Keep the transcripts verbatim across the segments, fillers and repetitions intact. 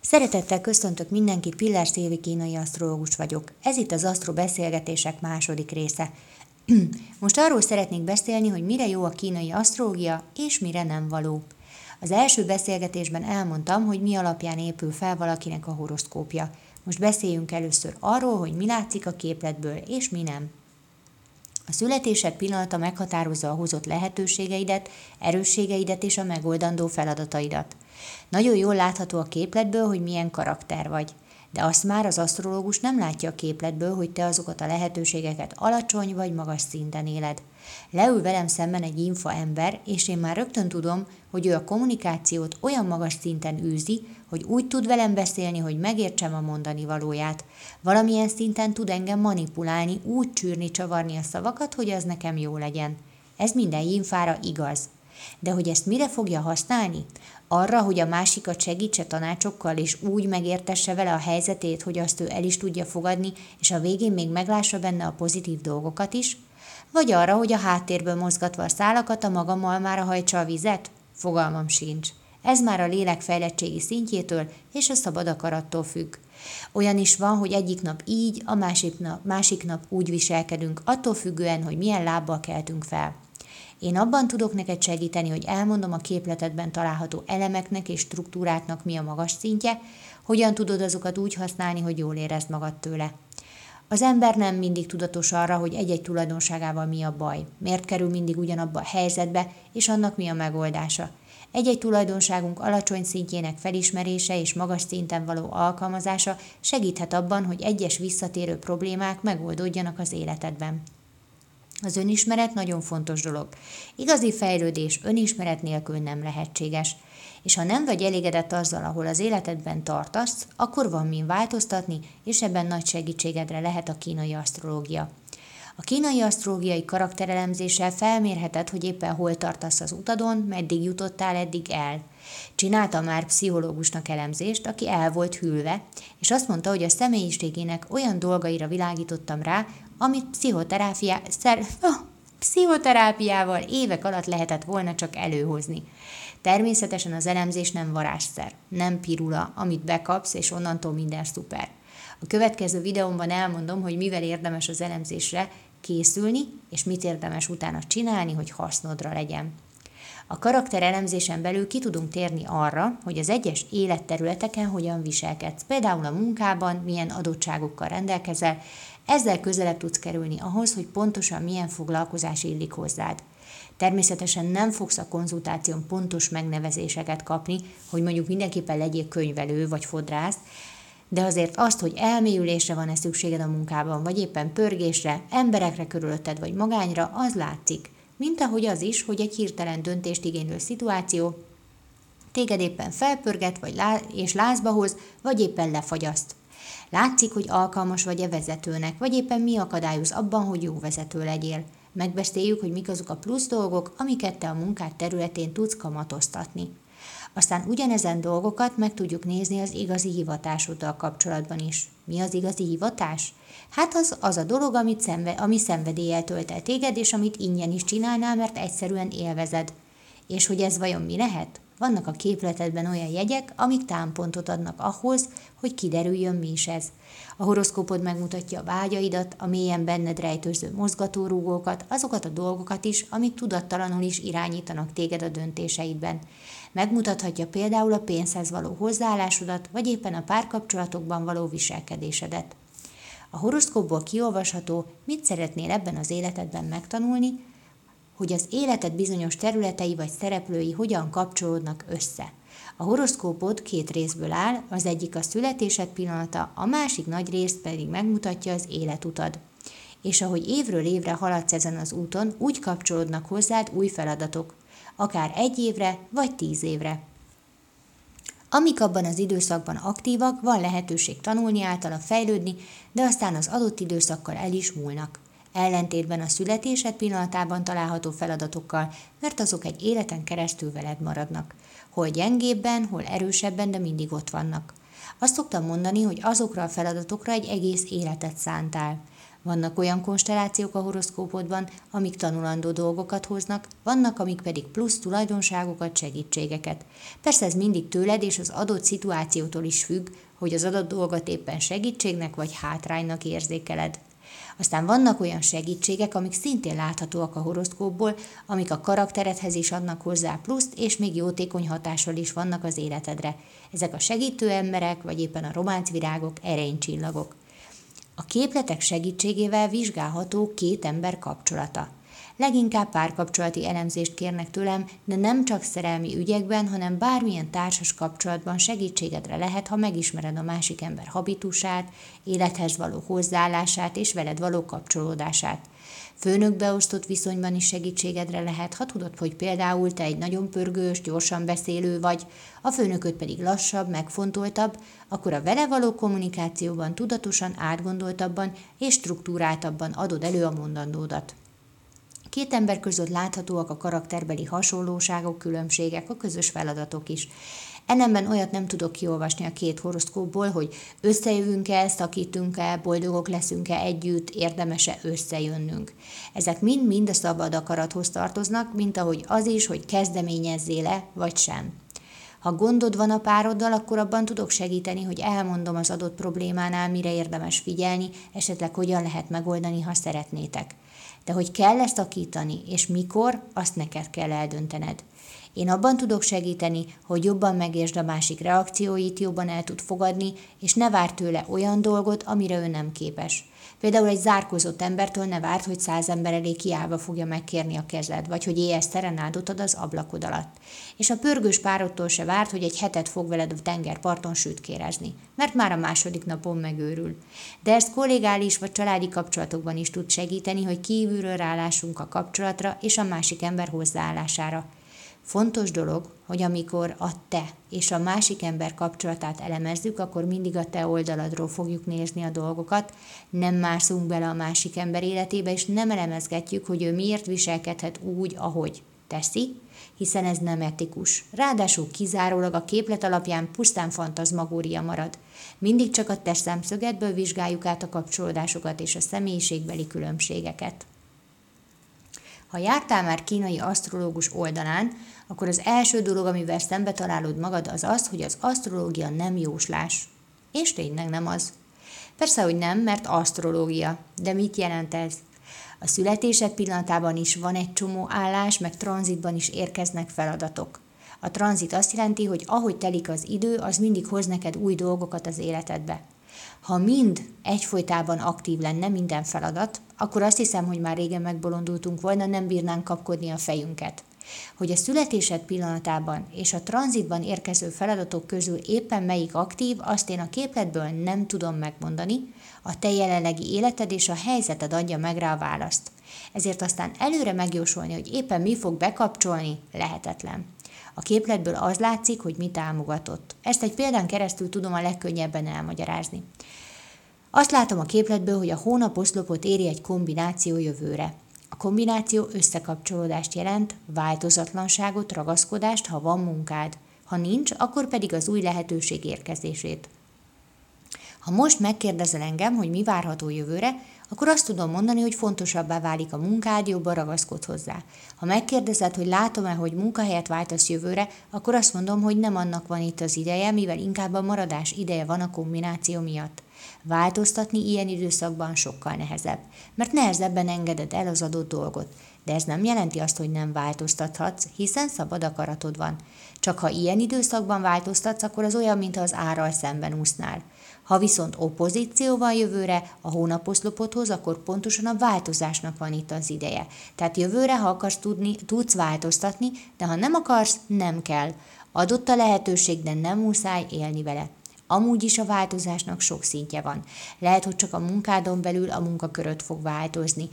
Szeretettel köszöntök mindenkit, Pillár Szilvi kínai asztrológus vagyok. Ez itt az Asztro Beszélgetések második része. Most arról szeretnék beszélni, hogy mire jó a kínai asztrológia, és mire nem való. Az első beszélgetésben elmondtam, hogy mi alapján épül fel valakinek a horoszkópja. Most beszéljünk először arról, hogy mi látszik a képletből, és mi nem. A születésed pillanata meghatározza a hozott lehetőségeidet, erősségeidet és a megoldandó feladataidat. Nagyon jól látható a képletből, hogy milyen karakter vagy. De azt már az asztrológus nem látja a képletből, hogy te azokat a lehetőségeket alacsony vagy magas szinten éled. Leül velem szemben egy infa ember, és én már rögtön tudom, hogy ő a kommunikációt olyan magas szinten űzi, hogy úgy tud velem beszélni, hogy megértsem a mondani valóját. Valamilyen szinten tud engem manipulálni, úgy csűrni, csavarni a szavakat, hogy az nekem jó legyen. Ez minden infára igaz. De hogy ezt mire fogja használni? Arra, hogy a másikat segítse tanácsokkal, és úgy megértesse vele a helyzetét, hogy azt ő el is tudja fogadni, és a végén még meglássa benne a pozitív dolgokat is? Vagy arra, hogy a háttérből mozgatva a szálakat a maga malmára hajtsa a vizet? Fogalmam sincs. Ez már a lélek fejlettségi szintjétől és a szabad akarattól függ. Olyan is van, hogy egyik nap így, a másik nap, másik nap úgy viselkedünk, attól függően, hogy milyen lábbal keltünk fel. Én abban tudok neked segíteni, hogy elmondom a képletedben található elemeknek és struktúráknak mi a magas szintje, hogyan tudod azokat úgy használni, hogy jól érezd magad tőle. Az ember nem mindig tudatos arra, hogy egy-egy tulajdonságával mi a baj, miért kerül mindig ugyanabba a helyzetbe, és annak mi a megoldása. Egy-egy tulajdonságunk alacsony szintjének felismerése és magas szinten való alkalmazása segíthet abban, hogy egyes visszatérő problémák megoldódjanak az életedben. Az önismeret nagyon fontos dolog. Igazi fejlődés önismeret nélkül nem lehetséges. És ha nem vagy elégedett azzal, ahol az életedben tartasz, akkor van min változtatni, és ebben nagy segítségedre lehet a kínai asztrológia. A kínai asztrológiai karakterelemzéssel felmérheted, hogy éppen hol tartasz az utadon, meddig jutottál eddig el. Csináltam már pszichológusnak elemzést, aki el volt hűlve, és azt mondta, hogy a személyiségének olyan dolgaira világítottam rá, amit pszichoterápia, szer, oh, pszichoterápiával évek alatt lehetett volna csak előhozni. Természetesen az elemzés nem varázsszer, nem pirula, amit bekapsz, és onnantól minden szuper. A következő videómban elmondom, hogy mivel érdemes az elemzésre készülni, és mit érdemes utána csinálni, hogy hasznodra legyen. A karakterelemzésen belül ki tudunk térni arra, hogy az egyes életterületeken hogyan viselkedsz. Például a munkában milyen adottságokkal rendelkezel, ezzel közelebb tudsz kerülni ahhoz, hogy pontosan milyen foglalkozás illik hozzád. Természetesen nem fogsz a konzultáción pontos megnevezéseket kapni, hogy mondjuk mindenképpen legyél könyvelő vagy fodrász, de azért azt, hogy elmélyülésre van-e szükséged a munkában, vagy éppen pörgésre, emberekre körülötted vagy magányra, az látszik. Mint ahogy az is, hogy egy hirtelen döntést igénylő szituáció téged éppen felpörget, vagy lá- és lázba hoz, vagy éppen lefagyaszt. Látszik, hogy alkalmas vagy-e vezetőnek, vagy éppen mi akadályoz abban, hogy jó vezető legyél. Megbeszéljük, hogy mik azok a plusz dolgok, amiket te a munkád területén tudsz kamatoztatni. Aztán ugyanezen dolgokat meg tudjuk nézni az igazi hivatásoddal kapcsolatban is. Mi az igazi hivatás? Hát az az a dolog, amit szenve, ami szenvedéllyel tölt el téged, és amit ingyen is csinálnál, mert egyszerűen élvezed. És hogy ez vajon mi lehet? Vannak a képletedben olyan jegyek, amik támpontot adnak ahhoz, hogy kiderüljön, mi is ez. A horoszkópod megmutatja a vágyaidat, a mélyen benned rejtőző mozgatórugókat, azokat a dolgokat is, amik tudattalanul is irányítanak téged a döntéseidben. Megmutathatja például a pénzhez való hozzáállásodat, vagy éppen a párkapcsolatokban való viselkedésedet. A horoszkópból kiolvasható, mit szeretnél ebben az életedben megtanulni, hogy az életed bizonyos területei vagy szereplői hogyan kapcsolódnak össze. A horoszkópod két részből áll, az egyik a születésed pillanata, a másik nagy rész pedig megmutatja az életutad. És ahogy évről évre haladsz ezen az úton, úgy kapcsolódnak hozzád új feladatok, akár egy évre vagy tíz évre. Amik abban az időszakban aktívak, van lehetőség tanulni általa, fejlődni, de aztán az adott időszakkal el is múlnak. Ellentétben a születésed pillanatában található feladatokkal, mert azok egy életen keresztül veled maradnak. Hol gyengébben, hol erősebben, de mindig ott vannak. Azt szoktam mondani, hogy azokra a feladatokra egy egész életet szántál. Vannak olyan konstellációk a horoszkópodban, amik tanulandó dolgokat hoznak, vannak, amik pedig plusz tulajdonságokat, segítségeket. Persze ez mindig tőled és az adott szituációtól is függ, hogy az adott dolgot éppen segítségnek vagy hátránynak érzékeled. Aztán vannak olyan segítségek, amik szintén láthatóak a horoszkópból, amik a karakteredhez is adnak hozzá pluszt, és még jótékony hatással is vannak az életedre. Ezek a segítő emberek, vagy éppen a románcvirágok, erénycsillagok. A képletek segítségével vizsgálható két ember kapcsolata. Leginkább párkapcsolati elemzést kérnek tőlem, de nem csak szerelmi ügyekben, hanem bármilyen társas kapcsolatban segítségedre lehet, ha megismered a másik ember habitusát, élethez való hozzáállását és veled való kapcsolódását. Főnök-beosztott viszonyban is segítségedre lehet, ha tudod, hogy például te egy nagyon pörgős, gyorsan beszélő vagy, a főnököd pedig lassabb, megfontoltabb, akkor a vele való kommunikációban tudatosan, átgondoltabban és struktúráltabban adod elő a mondandódat. Két ember között láthatóak a karakterbeli hasonlóságok, különbségek, a közös feladatok is. Ennemben olyat nem tudok kiolvasni a két horoszkópból, hogy összejövünk-e, szakítunk-e, boldogok leszünk-e együtt, érdemes-e összejönnünk. Ezek mind-mind a szabad akarathoz tartoznak, mint ahogy az is, hogy kezdeményezzél-e, vagy sem. Ha gondod van a pároddal, akkor abban tudok segíteni, hogy elmondom az adott problémánál, mire érdemes figyelni, esetleg hogyan lehet megoldani, ha szeretnétek. De hogy kell ezt szakítani, és mikor, azt neked kell eldöntened. Én abban tudok segíteni, hogy jobban megértsd a másik reakcióit, jobban el tud fogadni, és ne várj tőle olyan dolgot, amire ő nem képes. Például egy zárkózott embertől ne várd, hogy száz ember elé kiállva fogja megkérni a kezed, vagy hogy éjjel szerenádot ad az ablakod alatt. És a pörgős párodtól se várd, hogy egy hetet fog veled a tengerparton sütkérezni, mert már a második napon megőrül. De ezt kollégális vagy családi kapcsolatokban is tud segíteni, hogy kívülről rálásunk a kapcsolatra és a másik ember hozzáállására. Fontos dolog, hogy amikor a te és a másik ember kapcsolatát elemezzük, akkor mindig a te oldaladról fogjuk nézni a dolgokat, nem mászunk bele a másik ember életébe, és nem elemezgetjük, hogy ő miért viselkedhet úgy, ahogy teszi, hiszen ez nem etikus. Ráadásul kizárólag a képlet alapján pusztán fantazmagória marad. Mindig csak a te szemszögedből vizsgáljuk át a kapcsolódásokat és a személyiségbeli különbségeket. Ha jártál már kínai asztrológus oldalán, akkor az első dolog, amivel szembe találod magad, az az, hogy az asztrológia nem jóslás. És tényleg nem az. Persze, hogy nem, mert asztrológia. De mit jelent ez? A születésed pillanatában is van egy csomó állás, meg tranzitban is érkeznek feladatok. A tranzit azt jelenti, hogy ahogy telik az idő, az mindig hoz neked új dolgokat az életedbe. Ha mind egyfolytában aktív lenne minden feladat, akkor azt hiszem, hogy már régen megbolondultunk volna, nem bírnánk kapkodni a fejünket. Hogy a születésed pillanatában és a tranzitban érkező feladatok közül éppen melyik aktív, azt én a képletből nem tudom megmondani, a te jelenlegi életed és a helyzeted adja meg rá a választ. Ezért aztán előre megjósolni, hogy éppen mi fog bekapcsolni, lehetetlen. A képletből az látszik, hogy mi támogatott. Ezt egy példán keresztül tudom a legkönnyebben elmagyarázni. Azt látom a képletből, hogy a hónaposzlopot éri egy kombináció jövőre. A kombináció összekapcsolódást jelent, változatlanságot, ragaszkodást, ha van munkád. Ha nincs, akkor pedig az új lehetőség érkezését. Ha most megkérdezel engem, hogy mi várható jövőre, akkor azt tudom mondani, hogy fontosabbá válik a munkád, jobban ragaszkodsz hozzá. Ha megkérdezed, hogy látom-e, hogy munkahelyet váltasz jövőre, akkor azt mondom, hogy nem annak van itt az ideje, mivel inkább a maradás ideje van a kombináció miatt. Változtatni ilyen időszakban sokkal nehezebb, mert nehezebben engeded el az adott dolgot. De ez nem jelenti azt, hogy nem változtathatsz, hiszen szabad akaratod van. Csak ha ilyen időszakban változtatsz, akkor az olyan, mint az árral szemben úsznál. Ha viszont opozíció van jövőre a hónaposzlopodhoz, akkor pontosan a változásnak van itt az ideje. Tehát jövőre, ha akarsz tudni, tudsz változtatni, de ha nem akarsz, nem kell. Adott a lehetőség, de nem muszáj élni vele. Amúgy is a változásnak sok szintje van. Lehet, hogy csak a munkádon belül a munkaköröd fog változni,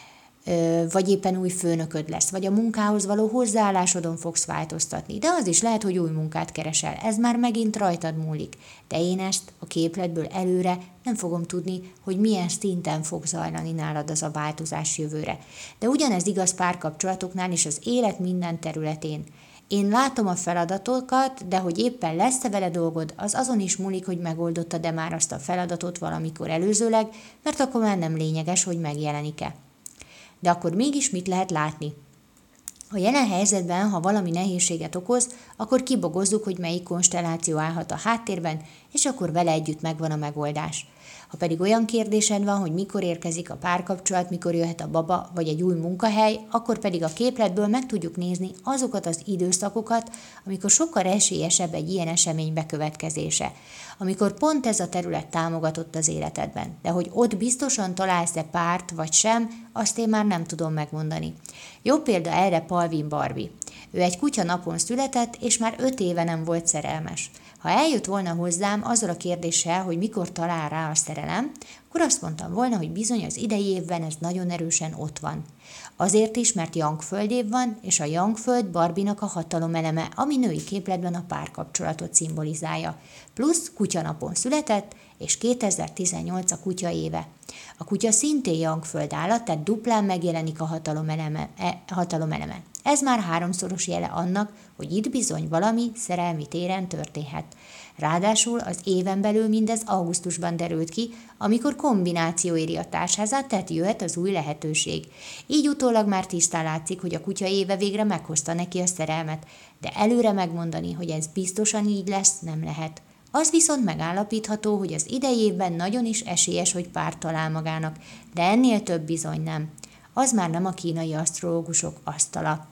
vagy éppen új főnököd lesz, vagy a munkához való hozzáállásodon fogsz változtatni, de az is lehet, hogy új munkát keresel, ez már megint rajtad múlik. De én ezt a képletből előre nem fogom tudni, hogy milyen szinten fog zajlani nálad az a változás jövőre. De ugyanez igaz párkapcsolatoknál és az élet minden területén. Én látom a feladatokat, de hogy éppen lesz-e vele dolgod, az azon is múlik, hogy megoldottad-e már azt a feladatot valamikor előzőleg, mert akkor már nem lényeges, hogy megjelenik-e. De akkor mégis mit lehet látni? A jelen helyzetben, ha valami nehézséget okoz, akkor kibogozzuk, hogy melyik konstelláció állhat a háttérben, és akkor vele együtt megvan a megoldás. Ha pedig olyan kérdésed van, hogy mikor érkezik a párkapcsolat, mikor jöhet a baba vagy egy új munkahely, akkor pedig a képletből meg tudjuk nézni azokat az időszakokat, amikor sokkal esélyesebb egy ilyen esemény bekövetkezése. Amikor pont ez a terület támogatott az életedben. De hogy ott biztosan találsz-e párt vagy sem, azt én már nem tudom megmondani. Jó példa erre Palvin Barbie. Ő egy kutya napon született, és már öt éve nem volt szerelmes. Ha eljött volna hozzám azzal a kérdéssel, hogy mikor talál rá a szerelem, akkor azt mondtam volna, hogy bizony az idei évben ez nagyon erősen ott van. Azért is, mert Jangföldév van, és a Jangföld Barbinak a hatalom eleme, ami női képletben a párkapcsolatot szimbolizálja. Plusz kutyanapon született, és kétezer-tizennyolc a kutya éve. A kutya szintén Jangföld állat, tehát duplán megjelenik a hatalom eleme. E, hatalom eleme. Ez már háromszoros jele annak, hogy itt bizony valami szerelmi téren történhet. Ráadásul az éven belül mindez augusztusban derült ki, amikor kombináció éri a társházát, tehát jöhet az új lehetőség. Így utólag már tisztán látszik, hogy a kutya éve végre meghozta neki a szerelmet, de előre megmondani, hogy ez biztosan így lesz, nem lehet. Az viszont megállapítható, hogy az idei évben nagyon is esélyes, hogy párt talál magának, de ennél több bizony nem. Az már nem a kínai asztrológusok asztala.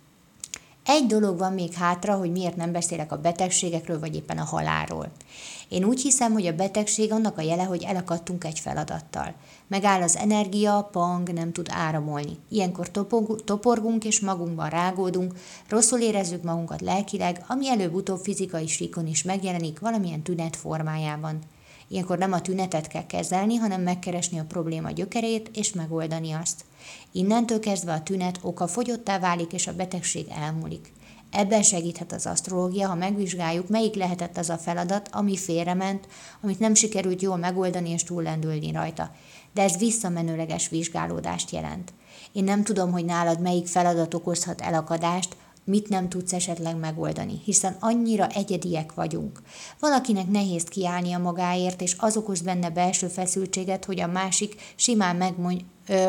Egy dolog van még hátra, hogy miért nem beszélek a betegségekről, vagy éppen a halálról. Én úgy hiszem, hogy a betegség annak a jele, hogy elakadtunk egy feladattal. Megáll az energia, pang, nem tud áramolni. Ilyenkor toporgunk és magunkban rágódunk, rosszul érezzük magunkat lelkileg, ami előbb-utóbb fizikai síkon is megjelenik valamilyen tünet formájában. Ilyenkor nem a tünetet kell kezelni, hanem megkeresni a probléma gyökerét és megoldani azt. Innentől kezdve a tünet okafogyottá válik, és a betegség elmúlik. Ebben segíthet az asztrológia, ha megvizsgáljuk, melyik lehetett az a feladat, ami félrement, amit nem sikerült jól megoldani és túllendülni rajta. De ez visszamenőleges vizsgálódást jelent. Én nem tudom, hogy nálad melyik feladat okozhat elakadást, mit nem tudsz esetleg megoldani, hiszen annyira egyediek vagyunk. Valakinek nehéz kiállnia magáért, és az okoz benne belső feszültséget, hogy a másik simán megmondja...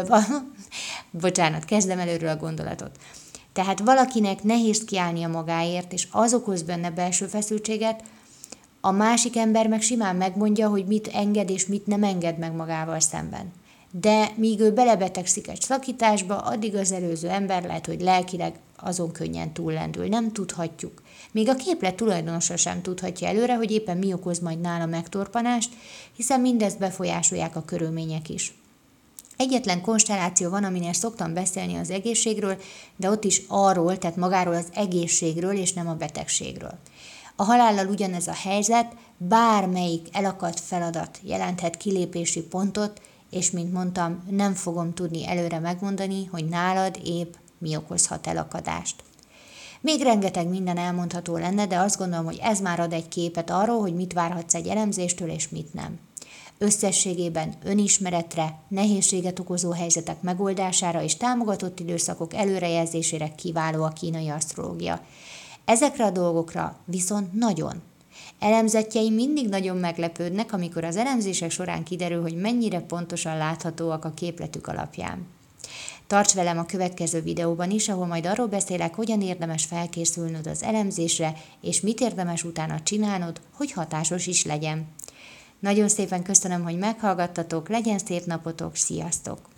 Bocsánat, kezdem előről a gondolatot. Tehát valakinek nehéz kiállnia magáért, és az okoz benne belső feszültséget, a másik ember meg simán megmondja, hogy mit enged és mit nem enged meg magával szemben. De míg ő belebetegszik egy szakításba, addig az előző ember lehet, hogy lelkileg azon könnyen túllendül. Nem tudhatjuk. Még a képlet tulajdonosa sem tudhatja előre, hogy éppen mi okoz majd nála megtorpanást, hiszen mindezt befolyásolják a körülmények is. Egyetlen konstelláció van, aminél szoktam beszélni az egészségről, de ott is arról, tehát magáról az egészségről, és nem a betegségről. A halállal ugyanez a helyzet, bármelyik elakadt feladat jelenthet kilépési pontot, és mint mondtam, nem fogom tudni előre megmondani, hogy nálad épp mi okozhat elakadást. Még rengeteg minden elmondható lenne, de azt gondolom, hogy ez már ad egy képet arról, hogy mit várhatsz egy elemzéstől, és mit nem. Összességében önismeretre, nehézséget okozó helyzetek megoldására és támogatott időszakok előrejelzésére kiváló a kínai asztrológia. Ezekre a dolgokra viszont nagyon. Elemzettjeim mindig nagyon meglepődnek, amikor az elemzések során kiderül, hogy mennyire pontosan láthatóak a képletük alapján. Tarts velem a következő videóban is, ahol majd arról beszélek, hogyan érdemes felkészülnöd az elemzésre, és mit érdemes utána csinálnod, hogy hatásos is legyen. Nagyon szépen köszönöm, hogy meghallgattatok, legyen szép napotok, sziasztok!